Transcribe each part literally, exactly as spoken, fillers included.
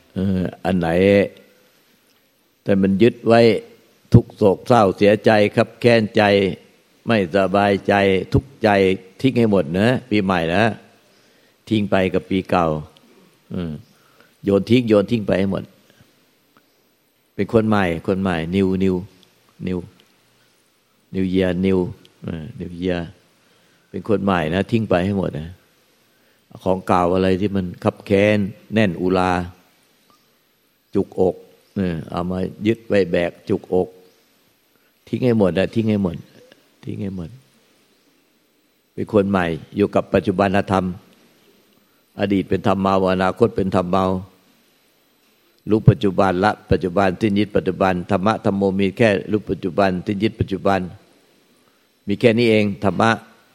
เอออันไหนแต่มันยึดไว้ทุกโศกเศร้าเสียใจครับแค้นใจไม่สบายใจทุกข์ใจทิ้งให้หมดนะปีใหม่นะทิ้งไปกับปีเก่าโยนทิ้งโยนทิ้งไปให้หมดเป็นคนใหม่คนใหม่นิวนิวนิวนิวเยียร์นิวนิวเยียร์เป็นคนใหม่นะทิ้งไปให้หมดนะของเก่าอะไรที่มันคับแค้นแน่นอุราจุกอกเอามายึดไว้แบกจุกอกทิ้งให้หมดนะทิ้งให้หมดทิ้งให้หมดเป็นคนใหม่อยู่กับปัจจุบันธรรมอดีตเป็นธรรมเมาอนาคตเป็นธรรมเมารู้ปัจจุบันละปัจจุบันสิ้นยึดปัจจุบันธรรมะธรรมโมมีแค่รู้ปัจจุบันสิ้นยึดปัจจุบันมีแค่นี้เองธรรมะ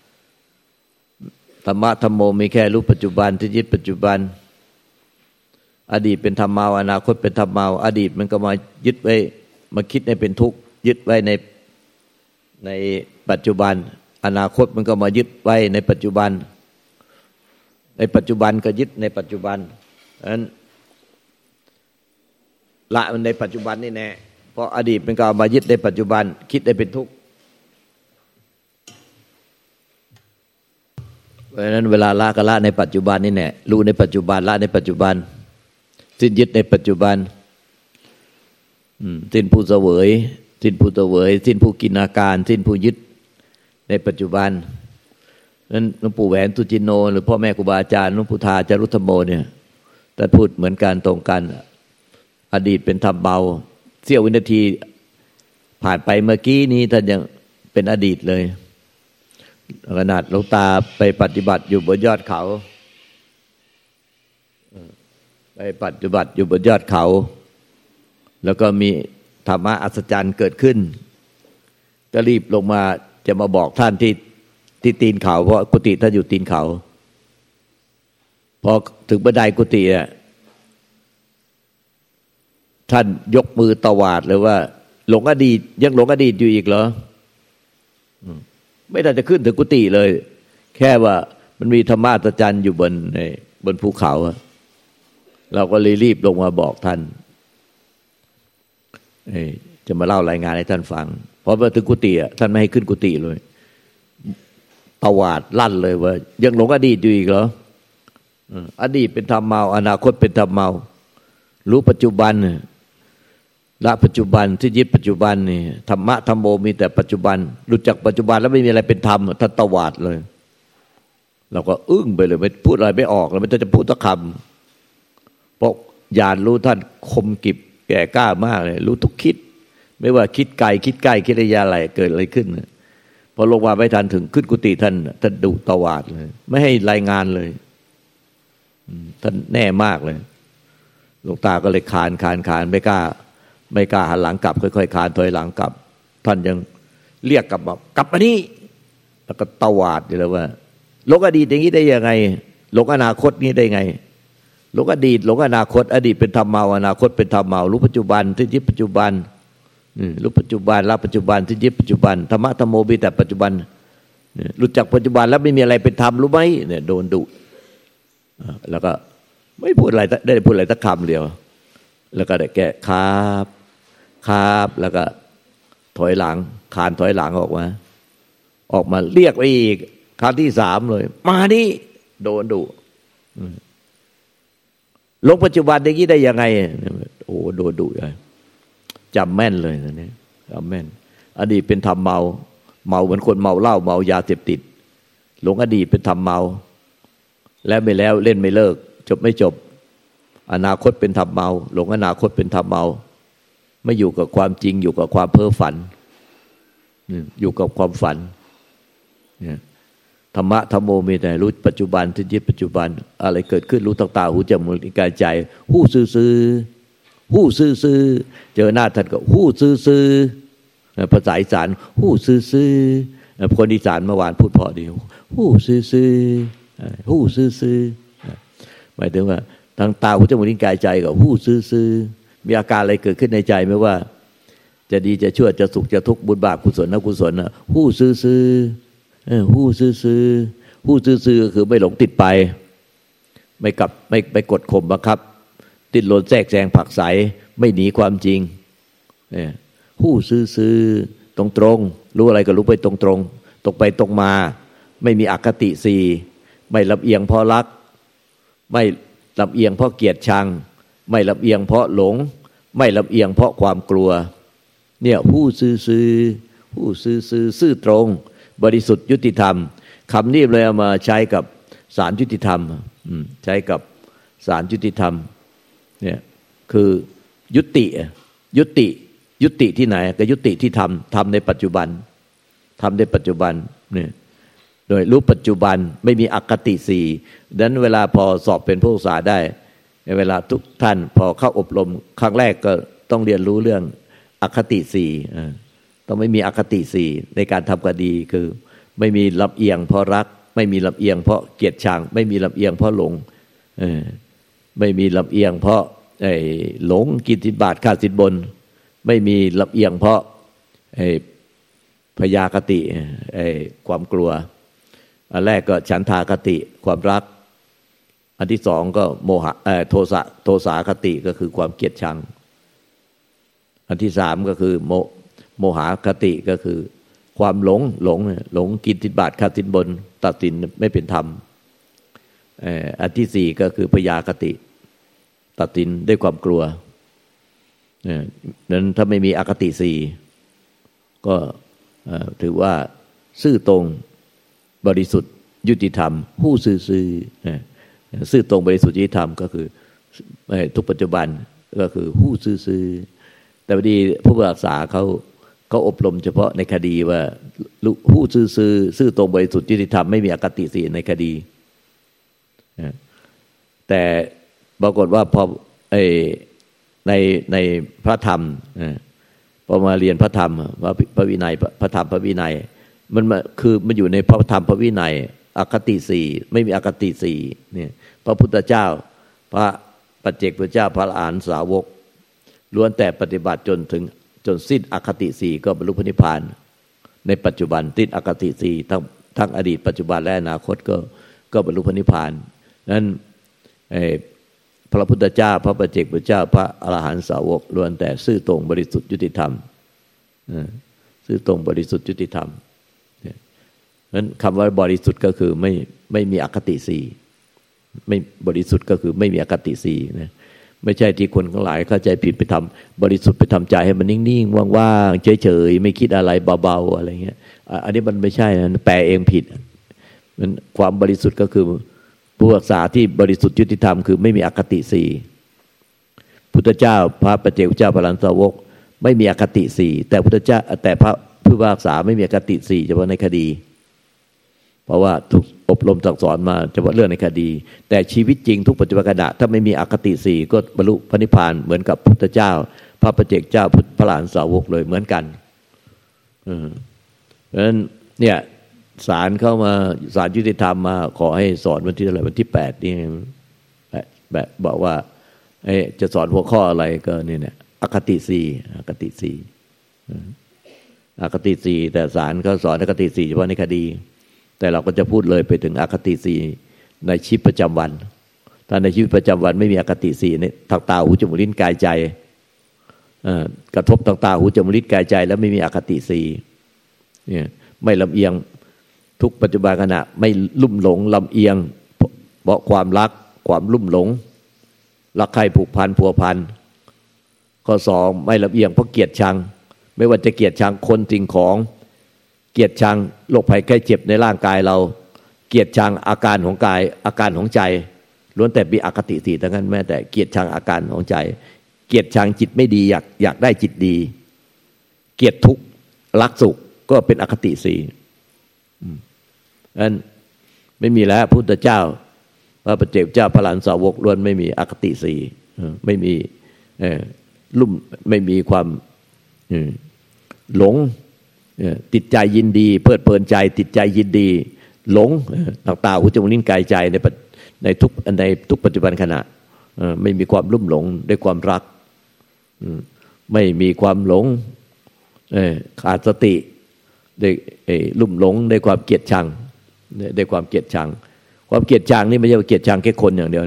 ธรรมะธรรมโมมีแค่รู้ปัจจุบันสิ้นยึดปัจจุบันอดีตเป็นธรรมเมาอนาคตเป็นธรรมเมาอดีตมันก็มายึดไว้มาคิดให้เป็นทุกข์ยึดไว้ในในปัจจุบันอนาคตมันก็มายึดไว้ในปัจจุบันในปัจจุบันก็ยึดในปัจจุบันฉะนั้นละมันในปัจจุบันนี่แน่เพราะอดีตมันก็มายึดในปัจจุบันคิดได้เป็นทุกข์เพราะฉะนั้นเวลาละก็ละในปัจจุบันนี่แน่รู้ในปัจจุบันละในปัจจุบันสิ้นยึดในปัจจุบันสิ้นผู้เสวยสิ้นผู้เสวยสิ้นผู้กินอาการสิ้นผู้ยึดในปัจจุบันนั้นหลวงปู่แหวนตุจิโนหรือพ่อแม่ครูบาอาจารย์หลวงปู่ทาจารุธรรมโมเนี่ยท่านพูดเหมือนกันตรงกันอดีตเป็นธรรมเบาเสี้ยววินาทีผ่านไปเมื่อกี้นี้ท่านยังเป็นอดีตเลยขนาดหลวงตาไปปฏิบัติอยู่บนยอดเขาไปปฏิบัติอยู่บนยอดเขาแล้วก็มีธรรมะอัศจรรย์เกิดขึ้นก็รีบลงมาจะมาบอกท่านที่ที่ตีนเขาเพราะกุฏิท่านอยู่ตีนเขาพอถึงบันไดกุฏิอ่ะท่านยกมือตวาดเลยว่าหลงอดีตยังหลงอดีตอยู่อีกเหรอไม่ได้จะขึ้นถึงกุฏิเลยแค่ว่ามันมีธรรมะอัศจรรย์อยู่บนในบนภูเขาเราก็เลยรีบลงมาบอกท่านจะมาเล่ารายงานให้ท่านฟังพอมาถึงกุฏิท่านไม่ให้ขึ้นกุฏิเลยตวาดลั่นเลยว่ายังหลงอดีตอยู่อีกเหรออดีตเป็นธรรมเมาอนาคตเป็นธรรมเมารู้ปัจจุบันละปัจจุบันที่ยึดปัจจุบันนี่ธรรมะธรรมโมมีแต่ปัจจุบันรู้จักปัจจุบันแล้วไม่มีอะไรเป็นธรรมท่านตวาดเลยเราก็อึ้งไปเลยไม่พูดอะไรไม่ออกแล้วไม่จะพูดสักคำเพราะญาณรู้ท่านคมกิบแก่กล้ามากเลยรู้ทุกคิดไม่ว่าคิดไกลคิดใกล้คิดระยะอะไรเกิดอะไรขึ้นพอลงมาไม่ทันถึงขึ้นกุฏิท่านท่านดุตวาดเลยไม่ให้รายงานเลยท่านแน่มากเลยหลวงตาก็เลยคานคานคานไม่กล้าไม่กล้าหันหลังกลับค่อยๆคานถอยหลังกลับท่านยังเรียกกลับมากลับมานี่แล้วก็ตวาดอยู่แล้วว่าหลงอดีตอย่างนี้ได้ยังไงหลงอนาคตนี้ได้ไงหลงอดีตหลงอนาคตอดีตเป็นธรรมเมาอนาคตเป็นธรรมเมารู้ปัจจุบันที่ยึดปัจจุบันรู้ปัจจุบันละปัจจุบันที่ยึดปัจจุบันธรรมะธรรมโมมีแต่ปัจจุบันรู้จักปัจจุบันแล้วไม่มีอะไรเป็นธรรมรู้ไหมเนี่ยโดนดุแล้วก็ไม่พูดอะไรได้พูดอะไรสักคำเดียวแล้วก็ได้แก้ครับครับแล้วก็ถอยหลังคานถอยหลังออกมาออกมาเรียกไปอีกครั้งที่สามเลยมานี่โดนดุลงปัจจุบันอย่างนี้ได้ยังไงโอ้โดนดุเลยจำแม่นเลยตอนนี้จำแม่นอดีตเป็นธรรมเมาเมาเหมือนคนเมาเหล้าเมายาเสพติดหลงอดีตเป็นธรรมเมาแล้วไม่แล้วเล่นไม่เลิกจบไม่จบอนาคตเป็นธรรมเมาหลงอนาคตเป็นธรรมเมาไม่อยู่กับความจริงอยู่กับความเพ้อฝันอยู่กับความฝันเนี่ยธรรมะธรรมโมมีแต่รู้ปัจจุบันที่ยึดปัจจุบันอะไรเกิดขึ้นรู้ต่างๆหูจมูกลิ้นกายใจหู้ซื่อๆหู้ซื่อๆเจอหน้าท่านก็หู้ซื่อๆภาษาอีสานหู้ซื่อๆคนอีสานเมื่อวานพูดพอดีหู้ซื่อๆหู้ซื่อๆหมายถึงว่าทางตาหูจมูกลิ้นกายใจก็หู้ซื่อๆมีอาการอะไรเกิดขึ้นในใจไม่ว่าจะดีจะชั่วจะสุขจะทุกข์บุญบาปกุศลอกุศลนะหู้ซื่อๆเออหู้ซื่อๆหู้ซื่อๆคือไม่หลงติดไปไม่กลับไม่ไปกดข่มบังคับดิ้นรนแทรกแซงผลักไสไม่หนีความจริงเนี่ยหู้ซื่อๆตรงๆรู้อะไรก็รู้ไปตรงๆตรงไปตรงมาไม่มีอคติสี่ไม่ลำเอียงเพราะรักไม่ลำเอียงเพราะเกลียดชังไม่ลำเอียงเพราะหลงไม่ลำเอียงเพราะความกลัวเนี่ยผู้ซื่อๆผู้ซื่อๆซื่อตรงบริสุทธิ์ยุติธรรมคำนี้เลยเอามาใช้กับศาลยุติธรรมใช้กับศาลยุติธรรมเนี่ยคือยุติยุติยุติที่ไหนก็ยุติที่ทำทำในปัจจุบันทำในปัจจุบันเนี่ยโดยรู้ปัจจุบันไม่มีอคติสี่ดังนั้นเวลาพอสอบเป็นผู้ศึกษาได้เวลาทุกท่านพอเข้าอบรมครั้งแรกก็ต้องเรียนรู้เรื่องอคติสี่ต้องไม่มีอคติสี่ในการทำคดีคือไม่มีลำเอียงเพราะรักไม่มีลำเอียงเพราะเกลียดชังไม่มีลำเอียงเพราะหลงไม่มีลำเอียงเพราะหลงกินสินบาทขาดสินบนไม่มีลำเอียงเพราะพยาคติความกลัวอันแรกก็ฉันทาคติความรักอันที่สองก็โมหะโทสะโทสาคติก็คือความเกลียดชังอันที่สามก็คือโมโมหะคติก็คือความหลงหลงหลงกินสินบาทขาดสินบนตัดสินไม่เป็นธรรมอันที่สี่ก็คือพยาคติตัดสินด้วยความกลัวนั้นถ้าไม่มีอคติสี่ก็ถือว่าซื่อตรงบริสุทธิ์ยุติธรรมผู้ซื่อซื่อตรงบริสุทธิ์ยุติธรรมก็คือทุกปัจจุบันก็คือผู้ซื่อแต่พอดีผู้พิพากษาเขาเขาอบรมเฉพาะในคดีว่าผู้ซื่อซื่อตรงบริสุทธิ์ยุติธรรมไม่มีอคติสี่ในคดีแต่ปรากฏว่าพอในในพระธรรมพอมาเรียนพระธรรมพระวินัยพระธรรมพระวินัยมันคือมันอยู่ในพระธรรมพระวินัยอคติสี่ไม่มีอคติสี่เนี่ยพระพุทธเจ้าพระปัจเจกพุทธเจ้าพระอรหันตสาวกล้วนแต่ปฏิบัติจนถึงจนสิ้นอคติสี่ก็บรรลุพระนิพพานในปัจจุบันสิ้นอคติสี่ทั้งทั้งอดีตปัจจุบันและอนาคตก็ก็บรรลุพระนิพพานนั้นพระพุทธเจ้าพระปัจเจกพุทธเจ้าพระอรหันตสาวกล้วนแต่ซื่อตรงบริสุทธิ์ยุติธรรมซื่อตรงบริสุทธิ์ยุติธรรมนั้นคำว่าบริสุทธิ์ก็คือไม่ไม่มีอคติสี่ไม่บริสุทธิ์ก็คือไม่มีอคติสี่นะไม่ใช่ที่คนทั้งหลายเข้าใจผิดไปทำบริสุทธิ์ไปทำใจให้มันนิ่งๆว่างๆเฉยๆไม่คิดอะไรเบาๆอะไรเงี้ยอันนี้มันไม่ใช่นะแปลเองผิดมันความบริสุทธิ์ก็คือผู้รักษาที่บริสุทธิ์ยุติธรรมคือไม่มีอคติสี่พุทธเจ้าพระปัจเจกพุทธเจ้าพระอรหันตสาวกไม่มีอคติสี่แต่พุทธเจ้าแต่พระผู้รักษาไม่มีอคติสี่เฉพาะในคดีเพราะว่าถูกอบรมสั่งสอนมาเฉพาะเรื่องในคดีแต่ชีวิตจริงทุกปัจจุบันขณะถ้าไม่มีอคติสี่ก็บรรลุพระนิพพานเหมือนกับพุทธเจ้าพระปัจเจกเจ้าพระอรหันตสาวกเลยเหมือนกันอือเพราะฉะนั้นเนี่ยศาลเข้ามาศาลยุติธรรมมาขอให้สอนวันที่เท่าไหร่วันที่แปดนี่แบบบอกว่าเอ๊ะจะสอนหัวข้ออะไรก็นี่เนี่ยอคติสี่อคติสี่อคติสี่แต่ศาลเขาสอนอคติสี่เฉพาะในคดีแต่เราก็จะพูดเลยไปถึงอคติสี่ในชีวิตประจำวันถ้าในชีวิตประจำวันไม่มีอคติสี่เนี่ยทางตาหูจมูกลิ้นกายใจกระทบทางตาหูจมูกลิ้นกายใจแล้วไม่มีอคติสี่เนี่ยไม่ลำเอียงทุกปัจจุบันขณะไม่ลุ่มหลงลำเอียงเพราะความรักความลุ่มหลงรักใคร่ผูกพันผัวพันข้อสองไม่ลำเอียงเพราะเกลียดชังไม่ว่าจะเกลียดชังคนสิ่งของเกลียดชังโรคภัยไข้เจ็บในร่างกายเราเกลียดชังอาการของกายอาการของใจล้วนแต่มีอคติสี่ทั้งนั้นแม้แต่เกลียดชังอาการของใจเกลียดชังจิตไม่ดีอยากอยากได้จิตดีเกลียดทุกข์รักสุขก็เป็นอคติสี่นั้นไม่มีแล้วพุทธเจ้าพระปัจเจกเจ้าพระอรหันตสาวกล้วนไม่มีอคติสี่ไม่มีลุ่มไม่มีความหลงติดใจยินดีเพลิดเพลินใจติดใจยินดีหลงทางตาหูจมูกลิ้นกายใจในในทุกในทุกปัจจุบันขณะไม่มีความลุ่มหลงด้วยความรักไม่มีความหลงขาดสติได้ลุ่มหลงด้วยความเกลียดชังด้วยความเกลียดชังความเกลียดชังนี่ไม่ใช่ว่าเกลียดชังแค่คนอย่างเดียวนะ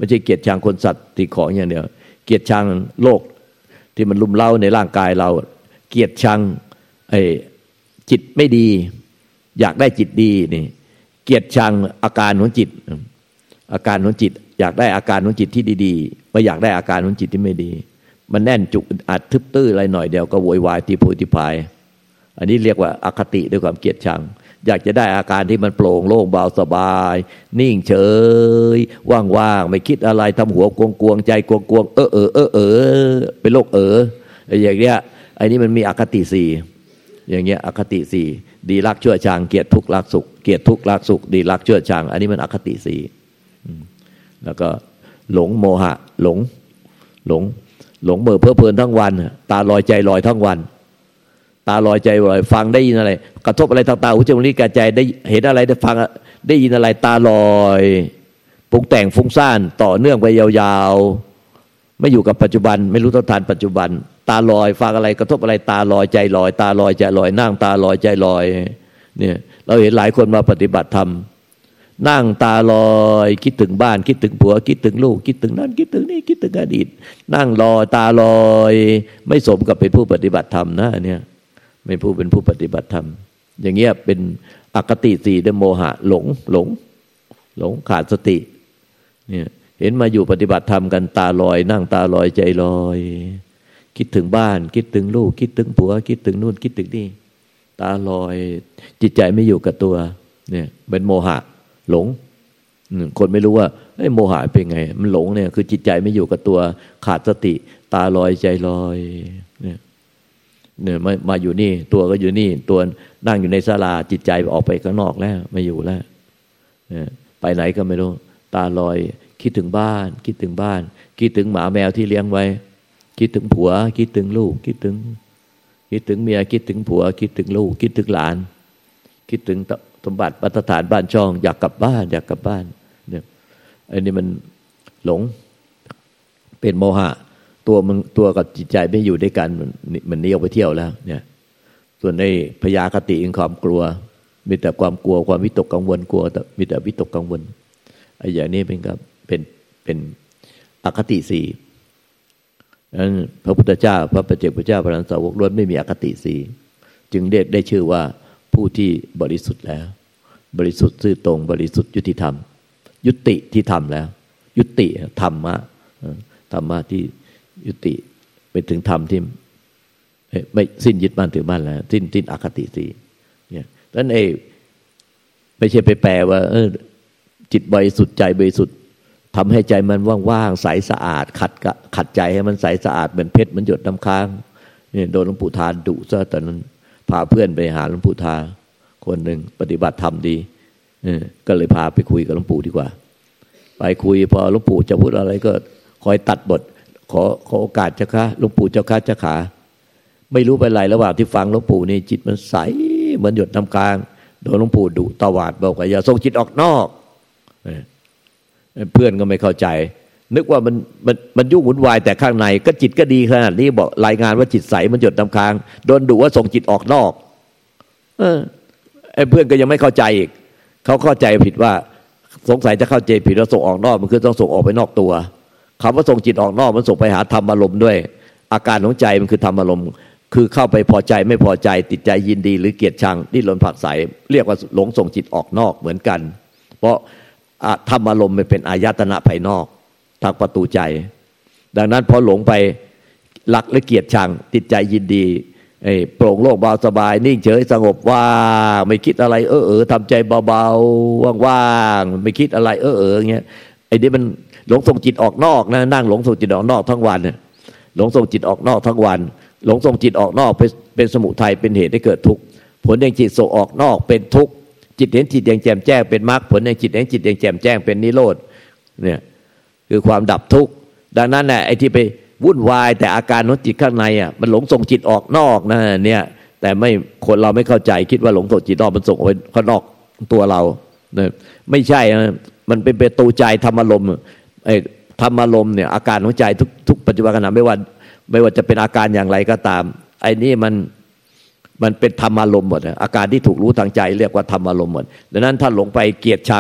ไม่ใช่เกลียดชังคนสัตว์สิ่งของอย่างเดียวเกลียดชังโลกที่มันลุมเล้าในร่างกายเราเกลียดชังไอ้จิตไม่ดีอยากได้จิตดีนี่เกลียดชังอาการของจิตอาการของจิตอยากได้อาการของจิตที่ดีๆไม่อยากได้อาการของจิตที่ไม่ดีมันแน่นจุกอัดทึบตื้ออะไรหน่อยเดียวก็โวยวายตีโพตีพายอันนี้เรียกว่าอคติด้วยความเกลียดชังอยากจะได้อาการที่มันโปร่งโล่งเบาสบายนิ่งเฉยว่างๆไม่คิดอะไรทำหัวกวงๆใจกวงๆเออเออเออเออเป็นโรคเอออย่างเงี้ยไอ้นี่มันมีอคติสี่อย่างเงี้ยอคติสี่ดีรักชั่วชังเกลียดทุกข์รักสุขเกลียดทุกข์รักสุขดีรักชั่วชังอันนี้มันอคติสี่แล้วก็หลงโมหะหลงหลงหลงเบอเพ้อเพลินทั้งวันตาลอยใจลอยทั้งวันตาลอยใจลอยฟังได้ยินอะไรกระทบอะไรทางตาหูจมูกลิ้นกายใจได้เห็นอะไรได้ฟังได้ยินอะไรตาลอยปรุงแต่งฟุ้งซ่านต่อเนื่องไปยาวๆไม่อยู่กับปัจจุบันไม่รู้เท่าทันปัจจุบันตาลอยฟังอะไรกระทบอะไรตาลอยใจลอยตาลอยใจลอยนั่งตาลอยใจลอยเนี่ยเราเห็นหลายคนมาปฏิบัติธรรมนั่งตาลอยคิดถึงบ้านคิดถึงผัวคิดถึงลูกคิดถึงนั่นคิดถึงนี่คิดถึงอดีตนั่งลอยตาลอยไม่สมกับเป็นผู้ปฏิบัติธรรมนะเนี่ยไม่ผู้เป็นผู้ปฏิบัติธรรมอย่างเงี้ยเป็นอคติสี่ด้วยโมหะหลงหลงหลงขาดสติเนี่ยเห็นมาอยู่ปฏิบัติธรรมกันตาลอยนั่งตาลอยใจลอยคิดถึงบ้านคิดถึงลูกคิดถึงผัวคิดถึงนู่นคิดถึงนี่ตาลอยจิตใจไม่อยู่กับตัวเนี่ยเป็นโมหะหลงคนไม่รู้ว่าไอ้โมหะเป็นไงมันหลงเนี่ยคือจิตใจไม่อยู่กับตัวขาดสติตาลอยใจลอยเนี่ยเนี่ยมามาอยู่นี่ตัวก็อยู่นี่ตัวนั่งอยู่ในศาลาจิตใจออกไปข้างนอกแล้วไม่อยู่แล้วเนี่ยไปไหนก็ไม่รู้ตาลอยคิดถึงบ้านคิดถึงบ้านคิดถึงหมาแมวที่เลี้ยงไว้คิดถึงผัวคิดถึงลูกคิดถึงคิดถึงเมียคิดถึงผัวคิดถึงลูกคิดถึงหลานคิดถึงสมบัติปัตฐานบ้านช่องอยากกลับบ้านอยากกลับบ้านเนี่ยอันนี้มันหลงเป็นโมหะตัวมันตัวกับจิตใจไม่อยู่ด้วยกันมันมันหนีออกไปเที่ยวแล้วเนี่ยส่วนในพยาคติเป็นความกลัวมีแต่ความกลัวความวิตกกังวลกลัวแต่มีแต่วิตกกังวลไอ้อย่างนี้เป็นครับเป็นเป็นอคติสี่นั้นพระพุทธเจ้าพระปัจเจกพุทธเจ้าพระอรหันตสาวกล้วนไม่มีอคติสี่จึงเรียกได้ชื่อว่าผู้ที่บริสุทธิ์แล้วบริสุทธิ์ซื่อตรงบริสุทธิ์ยุติธรรมยุติที่ทำแล้วยุติธรรมะธรรมะที่ยุติไปถึงธรรมที่ไม่สิ้นยึดมั่นถือมั่นแล้วสิ้นสิ้นอคติสี่เนี่ยนั้นเอไม่ใช่ไปแปลว่าเออจิตบริสุทธิ์ใจบริสุทธิ์ทำให้ใจมันว่างๆใสสะอาดขัดขัดใจให้มันใสสะอาดเหมือนเพชรมันหยดน้ำค้างเนี่ยโดนหลวงปู่ทานดุซะตอนนั้นพาเพื่อนไปหาหลวงปู่ทาคนหนึ่งปฏิบัติธรรมดีก็เลยพาไปคุยกับหลวงปู่ดีกว่าไปคุยพอหลวงปู่จะพูดอะไรก็คอยตัดบทขอขอโอกาสเจ้าค่ะหลวงปู่เจ้าค่ะเจ้าขาไม่รู้เป็นไรระหว่างที่ฟังหลวงปู่นี่จิตมันใสเหมือนหยดน้ำค้างโดนหลวงปู่ดุตวาดบอกว่าอย่าส่งจิตออกนอกเพื่อนก็ไม่เข้าใจนึกว่ามันมันมันยุ่งวุ่นวายแต่ข้างในก็จิตก็ดีขนาดนี้บอกรายงานว่าจิตใสมันหยดน้ำค้างโดนดุว่าส่งจิตออกนอกเออไอ้เพื่อนก็ยังไม่เข้าใจอีกเขาเข้าใจผิดว่าสงสัยจะเข้าใจผิดว่าส่งออกนอกมันคือต้องส่งออกไปนอกตัวคำว่าส่งจิตออกนอกมันส่งไปหาธรรมอารมณ์ด้วยอาการของใจมันคือธรรมอารมณ์คือเข้าไปพอใจไม่พอใจติดใจยินดีหรือเกลียดชังดิ้นรนผลักไสเรียกว่าหลงส่งจิตออกนอกเหมือนกันเพราะธรรมอารมณ์มันเป็นอายตนะภายนอกทางประตูใจดังนั้นพอหลงไปรักหรือเกลียดชังติดใจยินดีไอ้โปร่งโล่งเบาสบายนิ่งเฉยสงบว่างไม่คิดอะไรเออเออทำใจเบาๆว่างๆไม่คิดอะไรเออเอออย่างเงี้ยไอ้นี่มันหลงส่งจิตออกนอกนะนั่งหลงส่งจิตออกนอกทั้งวันเนี่ยหลงส่งจิตออกนอกทั้งวันหลงส่งจิตออกนอกเป็นเป็นสมุทัยเป็นเหตุให้เกิดทุกข์ผลแห่งจิตส่งออกนอกเป็นทุกข์จิตเห็นจิตอย่างแจ่มแจ้งเป็นมรรคผลแห่งจิตเห็นจิตอย่างแจ่มแจ้งเป็นนิโรธเนี่ยคือความดับทุกข์ดังนั้นแหละไอ้ที่ไปวุ่นวายแต่อาการของจิตข้างในอ่ะมันหลงส่งจิตออกนอกนะเนี่ยแต่ไม่คนเราไม่เข้าใจคิดว่าหลงส่งจิตออกมันส่งออกไปข้างนอกตัวเราเนี่ยไม่ใช่มันเป็นประตูใจธรรมอารมณ์ไอ้ธรรมอารมณ์เนี่ยอาการของใจทุกทุกปัจจุบันขณะไม่ว่าไม่ว่าจะเป็นอาการอย่างไรก็ตามไอ้นี่มันมันเป็นธรรมอารมณ์หมดอาการที่ถูกรู้ทางใจเรียกว่าธรรมอารมณ์หมดดังนั้นถ้าหลงไปเกลียดชัง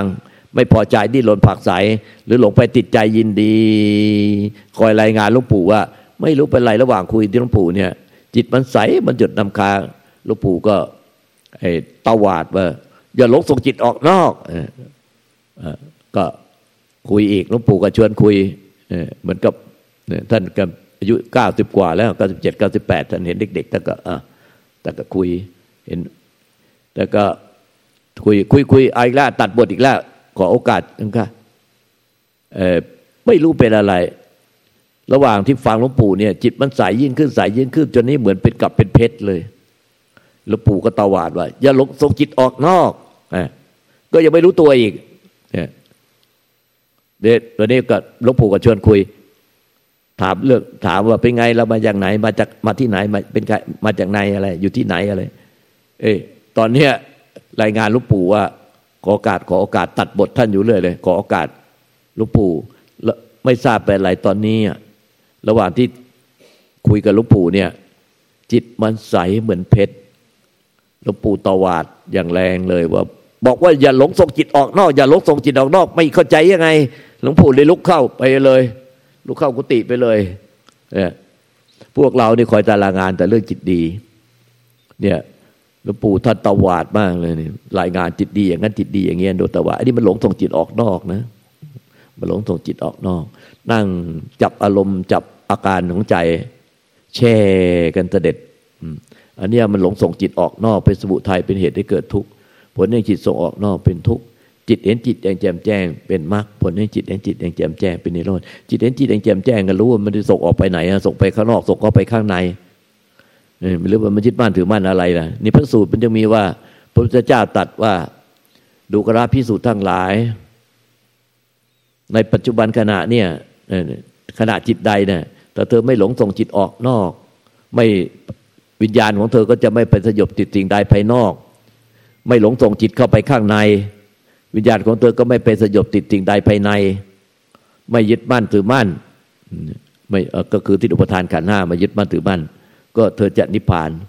ไม่พอใจดิ้นรนผลักไสหรือหลงไปติดใจยินดีคอยรายงานหลวงปู่ว่าไม่รู้เป็นไรระหว่างคุยที่หลวงปู่เนี่ยจิตมันใสมันหยุดนำค้างหลวงปู่ก็ไอ้ตวาดว่าอย่าหลงส่งจิตออกนอกก็คุยอีกหลวงปู่ก็ชวนคุยเหมือนกับท่านก็อายุเก้าสิบกว่าแล้วเก้าสิบเจ็ด เก้าสิบแปดท่านเห็นเด็กๆท่านก็อ่ะท่านก็คุยเห็นแต่ก็คุยคุยคุยอีกแล้วตัดบทอีกแล้วขอโอกาสท่านก็เอ่อไม่รู้เป็นอะไรระหว่างที่ฟังหลวงปู่เนี่ยจิตมันใสยิ่งขึ้นใสยิ่งขึ้นจนนี้เหมือนเป็นกับเป็นเพชรเลยหลวงปู่ก็ตวาดว่าอย่าหลงส่งจิตออกนอกอ่ะก็ยังไม่รู้ตัวอีกเนี่ยเดี๋ยววันนี้ก็หลวงปู่ก็ชวนคุยถามเรื่องถามว่าเป็นไงเรามาจากไหนมาจากมาที่ไหนมาเป็นใครมาจากไหนอะไรอยู่ที่ไหนอะไรเอ้ตอนเนี้ยรายงานหลวงปู่ว่าขอโอกาสขอโอกาสตัดบทท่านอยู่เรื่อยเลยขอโอกาสหลวงปู่ไม่ทราบเป็นอะไรตอนนี้ระหว่างที่คุยกับหลวงปู่เนี่ยจิตมันใสเหมือนเพชรหลวงปู่ตวาดอย่างแรงเลยว่าบอกว่าอย่าหลงส่งจิตออกนอกอย่าหลงส่งจิตออกนอกไม่เข้าใจยังไงหลวงปู่เลยลุกเข้าไปเลยลุกเข้ากุฏิไปเลยเนี่ยพวกเรานี่คอยตารางงานแต่เรื่องจิตดีเนี่ยหลวงปู่ท่านตวาดมากเลยนี่รายงานจิตดีอย่างนั้นจิตดีอย่างเงี้ยโดยตวาดอันนี้มันหลงส่งจิตออกนอกนะมันหลงส่งจิตออกนอกนั่งจับอารมณ์จับอาการของใจแช่กันเสด็จอันนี้มันหลงส่งจิตออกนอกเป็นสมุทัยเป็นเหตุให้เกิดทุกข์ผลให้จิตส่งออกนอกเป็นทุกข์จิตเห็นจิตอย่างแจ่มแจ้งเป็นมรรคผลให้จิตเห็นจิตอย่างแจ่มแจ้งเป็นนิโรธจิตเห็นจิตอย่างแจ่มแจ้งก็รู้ว่ามันจะส่งออกไปไหนส่งไปข้างนอกส่งเข้าไปข้างในไม่รู้ว่ามันยึดมั่นถือมั่นอะไรล่ะนี่พระสูตรมันจะมีว่าพระพุทธเจ้าตรัสว่าดูกราภิกษุทั้งหลายในปัจจุบันขณะเนี่ยขณะจิตใดเนี่ยแต่เธอไม่หลงส่งจิตออกนอกไม่วิญญาณของเธอก็จะไม่ไปสยบติดสิ่งใดภายนอกไม่หลงส่งจิตเข้าไปข้างในวิญญาณของเธอก็ไม่ไปสยบติดสิ่งใดภายในไม่ยึดมั่นถือมั่นไม่ก็คือที่อุปทานขันธ์ห้ามายึดมั่นถือมั่นก็เธอจะนิพพาน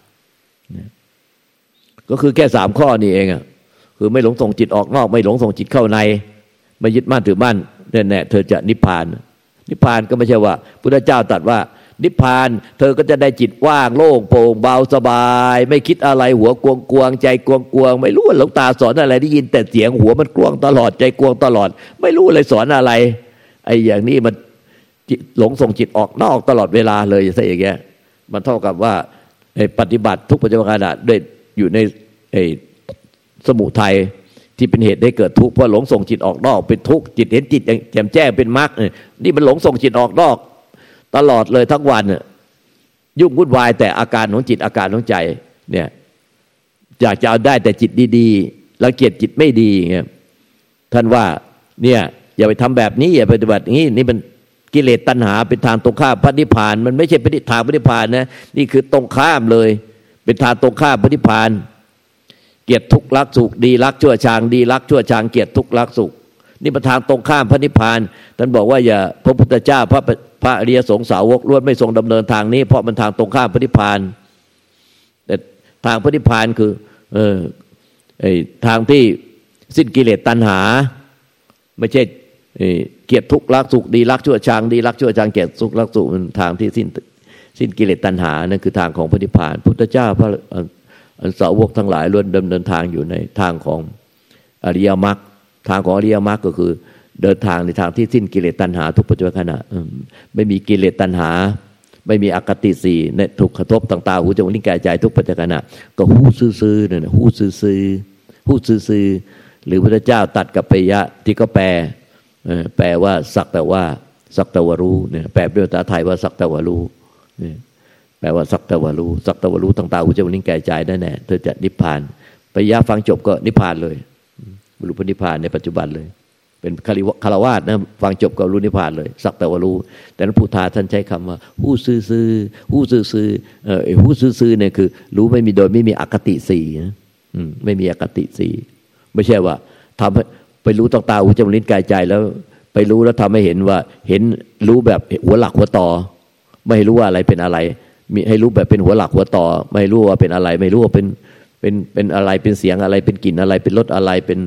ก็คือแค่สามข้อนี่เองอ่ะคือไม่หลงส่งจิตออกนอกไม่หลงส่งจิตเข้าในไม่ยึดมั่นถือมั่นแน่ๆเธอจะนิพพานนิพพานก็ไม่ใช่ว่าพุทธเจ้าตรัสว่านิพพานเธอก็จะได้จิตว่างโล่งโปร่งเบาสบายไม่คิดอะไรหัวกวงกวงใจกวงกวงไม่รู้ว่าหลวงตาสอนอะไรได้ยินแต่เสียงหัวมันกวงตลอดใจกวงตลอดไม่รู้อะไรสอนอะไรไอ้อย่างนี้มันหลงส่งจิตออกนอกตลอดเวลาเลยซะอย่างเงี้ยมันเท่ากับว่าปฏิบัติทุกปัจจุบันขณะด้วยอยู่ในสมุทัยที่เป็นเหตุให้เกิดทุกข์เพราะหลงส่งจิตออกนอกเป็นทุกข์จิตเห็นจิตแจ่มแจ้งเป็นมรรคนี่มันหลงส่งจิตออกนอกตลอดเลยทั้งวันยุ่งวุ่นวายแต่อาการของจิตอาการของใจเนี่ยอยากจะเอาได้แต่จิตดีๆรังเกียจจิตไม่ดีเงี้ยท่านว่าเนี่ยอย่าไปทำแบบนี้อย่าปฏิบัติอย่างนี้นี่มันกิเลสตัณหาเป็นทางตรงข้ามพระนิพพานมันไม่ใช่เป็นทางพระนิพพานนะนี่คือตรงข้ามเลยเป็นทางตรงข้ามพระนิพพานเกลียดทุกข์รักสุขดีรักชั่วช้างดีรักชั่วช้างเกลียดทุกข์รักสุขนี่เป็นทางตรงข้ามพระนิพพานท่านบอกว่าอย่าพระพุทธเจ้าพระพระอริยสงฆ์สาวกล้วนไม่ทรงดำเนินทางนี้เพราะมันทางตรงข้ามพระนิพพานแต่ทางพระนิพพานคือเออไอ้ทางที่สิ้นกิเลสตัณหาไม่ใช่เกลียดทุกข์รักสุขดีรักชั่วช้างดีรักชั่วช้างเกลียดทุกข์รักสุขมันทางที่สิ้นสิ้นกิเลสตัณหานั่นคือทางของพระนิพพานพุทธเจ้าพระสาวกทั้งหลายล้วนดำเนินทางอยู่ในทางของอริยมรรคทางของอริยมรรคก็คือเดินทางในทางที่สิ้นกิเลสตัณหาทุกปัจจุบันขณะไม่มีกิเลสตัณหาไม่มีอคติสี่ในถูกกระทบต่างๆหูจมูกลิ้นกายใจทุกปัจจุบันขณะก็หู้ซื่อๆนั่นหู้ซื่อๆหู้ซื่อๆหรือพระเจ้าตัดกับปยะที่ก็แปลแปลว่าสักแต่ว่าสักแต่ว่ารู้เนี่ยแปลเป็นภาษาไทยว่าสักแต่ว่ารู้เนี่ยแปลว่าสักแต่ว่ารู้สักแต่ว่ารู้ต่างๆหูจมูกลิ้นกายใจนั่นแหละเธอจะนิพพานปยะฟังจบก็นิพพานเลยบรรลุนิพพานในปัจจุบันเลยเป็นคารวาสนะฟังจบก็รู้นิพพานเลยสักแต่ว่ารู้แต่นั้นพุทธาท่านใช้คำว่าหู้ซื่อๆหู้ซื่อๆเอ่อหู้ซื่อๆเนี่ยคือรู้ไม่มีโดยไม่มีอคติสี่นะอืมไม่มีอคติสี่ไม่ใช่ว่าทำไปรู้ต่างๆหูจมูกลิ้นกายใจแล้วไปรู้แล้วทำให้เห็นว่าเห็นรู้แบบหัวหลักหัวต่อไม่รู้ว่าอะไรเป็นอะไรมีให้รู้แบบเป็นหัวหลักหัวต่อไม่รู้ว่าเป็นอะไรไม่รู้ว่าเป็นเป็นเป็นอะไรเป็นเสียงอะไรเป็นกลิ่นอะไรเป็นรสอะไรเป็นส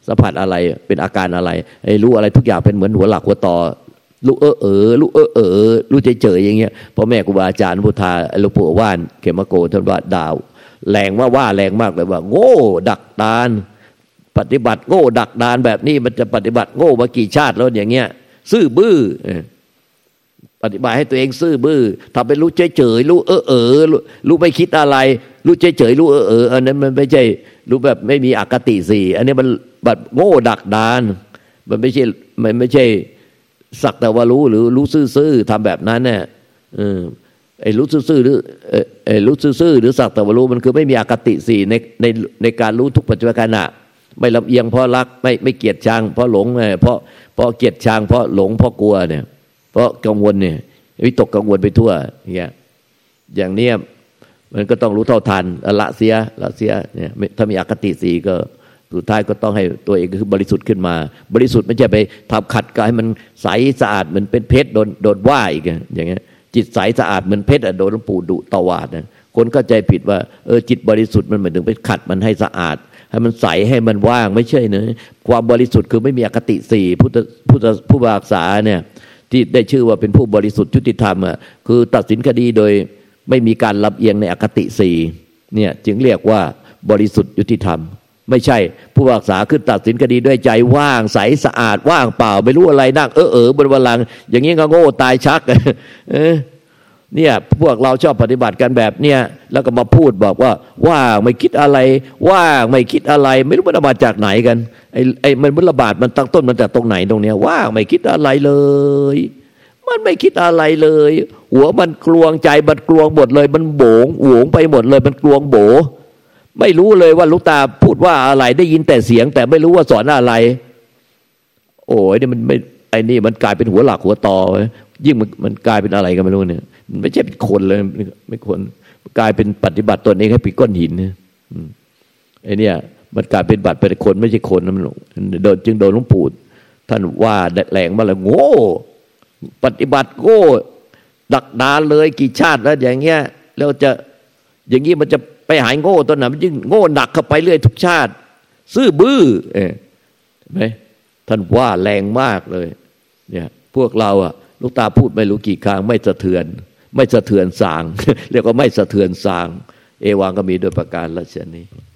สัมผัสอะไรเป็นอาการอะไรไอ้รู้อะไรทุกอย่างเป็นเหมือนหัวหลักหัวต่อรู้เออเออรู้เออเออรู้เฉยๆอย่างเงี้ยพ่อแม่ครูบาอาจารย์พุทธาหลวงปู่ว่านเขมโกท่านว่าดาวแรงว่าว่าแรงมากเลยว่าโง่ดักดานปฏิบัติโง่ดักดานแบบนี้มันจะปฏิบัติโง่มากี่ชาติแล้วอย่างเงี้ยซื่อบื้อปฏิบัติให้ตัวเองซื่อบื้อทำเป็นรู้เฉยๆรู้เออเออรู้ไม่คิดอะไรรู้เฉยๆรู้เออเอออันนั้นมันไม่ใช่รู้แบบไม่มีอคติสี่อันนี้มันแบบโง่ดักดานมันไม่ใช่มันไม่ใช่สักแต่ว่ารู้หรือรู้ซื่อๆทำแบบนั้นเนี่ยเออไอ้รู้ซื่อๆหรือไอ้รู้ซื่อๆหรือสักแต่ว่ารู้มันคือไม่มีอคติสี่ในในในการรู้ทุกปัจจุบันขณะไม่ลำเอียงเพราะรักไม่ไม่เกลียดชังเพราะหลงไงเพราะเพราะเกลียดชังเพราะหลงเพราะกลัวเนี่ยเพราะกังวลเนี่ยวิตกกังวลไปทั่วอย่างเงี้ยอย่างเนี้ยมันก็ต้องรู้เท่าทันละเสียละเสียเนี่ยถ้ามีอคติสี่ก็สุดท้ายก็ต้องให้ตัวเองคือบริสุทธิ์ขึ้นมาบริสุทธิ์ไม่ใช่ไปทำขัดก็ให้มันใสสะอาดเหมือนเป็นเพชรโดนโดนว่าอีกอย่างเงี้ยจิตใสสะอาดเหมือนเพชรโดนหลวงปู่ดุตวาดนะคนเข้าใจผิดว่าเออจิตบริสุทธิ์มันหมายถึงไปขัดมันให้สะอาดให้มันใสให้มันว่างไม่ใช่นะความบริสุทธิ์คือไม่มีอคติสี่พุทธพุทธผู้พิพากษาเนี่ยที่ได้ชื่อว่าเป็นผู้บริสุทธิ์ยุติธรรมอ่ะคือตัดสินคดีโดยไม่มีการลำเอียงในอคติสี่เนี่ยจึงเรียกว่าบริสุทธิ์ยุติธรรมไม่ใช่ผู้พิพากษาขึ้นตัดสินคดีด้วยใจว่างใสสะอาดว่างเปล่าไม่รู้อะไรนั่งเออเออบนบัลลังก์อย่างนี้ก็โง่ตายชักเออเนี่ยพวกเราชอบปฏิบัติกันแบบเนี่ยแล้วก็มาพูดบอกว่าว่างไม่คิดอะไรว่างไม่คิดอะไรไม่รู้มันมาจากไหนกันไอ้ไอ้มันมันระบาดมันตั้งต้นมันจากตรงไหนตรงเนี้ยว่างไม่คิดอะไรเลยมันไม่คิดอะไรเลยหัวมันกลวงใจมันกลวงหมดเลยมันโบงโหวงไปหมดเลยมันกลวงโบไม่รู้เลยว่าลูกตาพูดว่าอะไรได้ยินแต่เสียงแต่ไม่รู้ว่าสอนอะไรโอ้ยนี่มันไม่ไอ้นี่มันกลายเป็นหัวหลักหัวต่อยิ่งมันมันกลายเป็นอะไรกันไม่รู้เนี่ยมันไม่ใช่เป็นคนเลยไม่คนกลายเป็นปฏิบัติตนเองให้เป็นก้อนหินเนี่ยไอ้เนี่ยมันกลายเป็นบัตรเป็นคนไม่ใช่คนนะมันโดนจึงโดนหลวงปู่ท่านว่าแรงมาเลยโง่ปฏิบัติโง่ดักดานเลยกี่ชาติแล้วอย่างเงี้ยแล้วจะอย่างงี้มันจะไปหายโง่ตอนไหนมันยิ่งโง่หนักเข้าไปเรื่อยทุกชาติซื่อบื้อเห็นไหมท่านว่าแรงมากเลยเนี่ยพวกเราอะลูกตาพูดไม่รู้กี่ครั้งไม่สะเทือนไม่สะเทือนสางเรียกว่าไม่สะเทือนสางเอวังก็มีโดยประการละเช่นนี้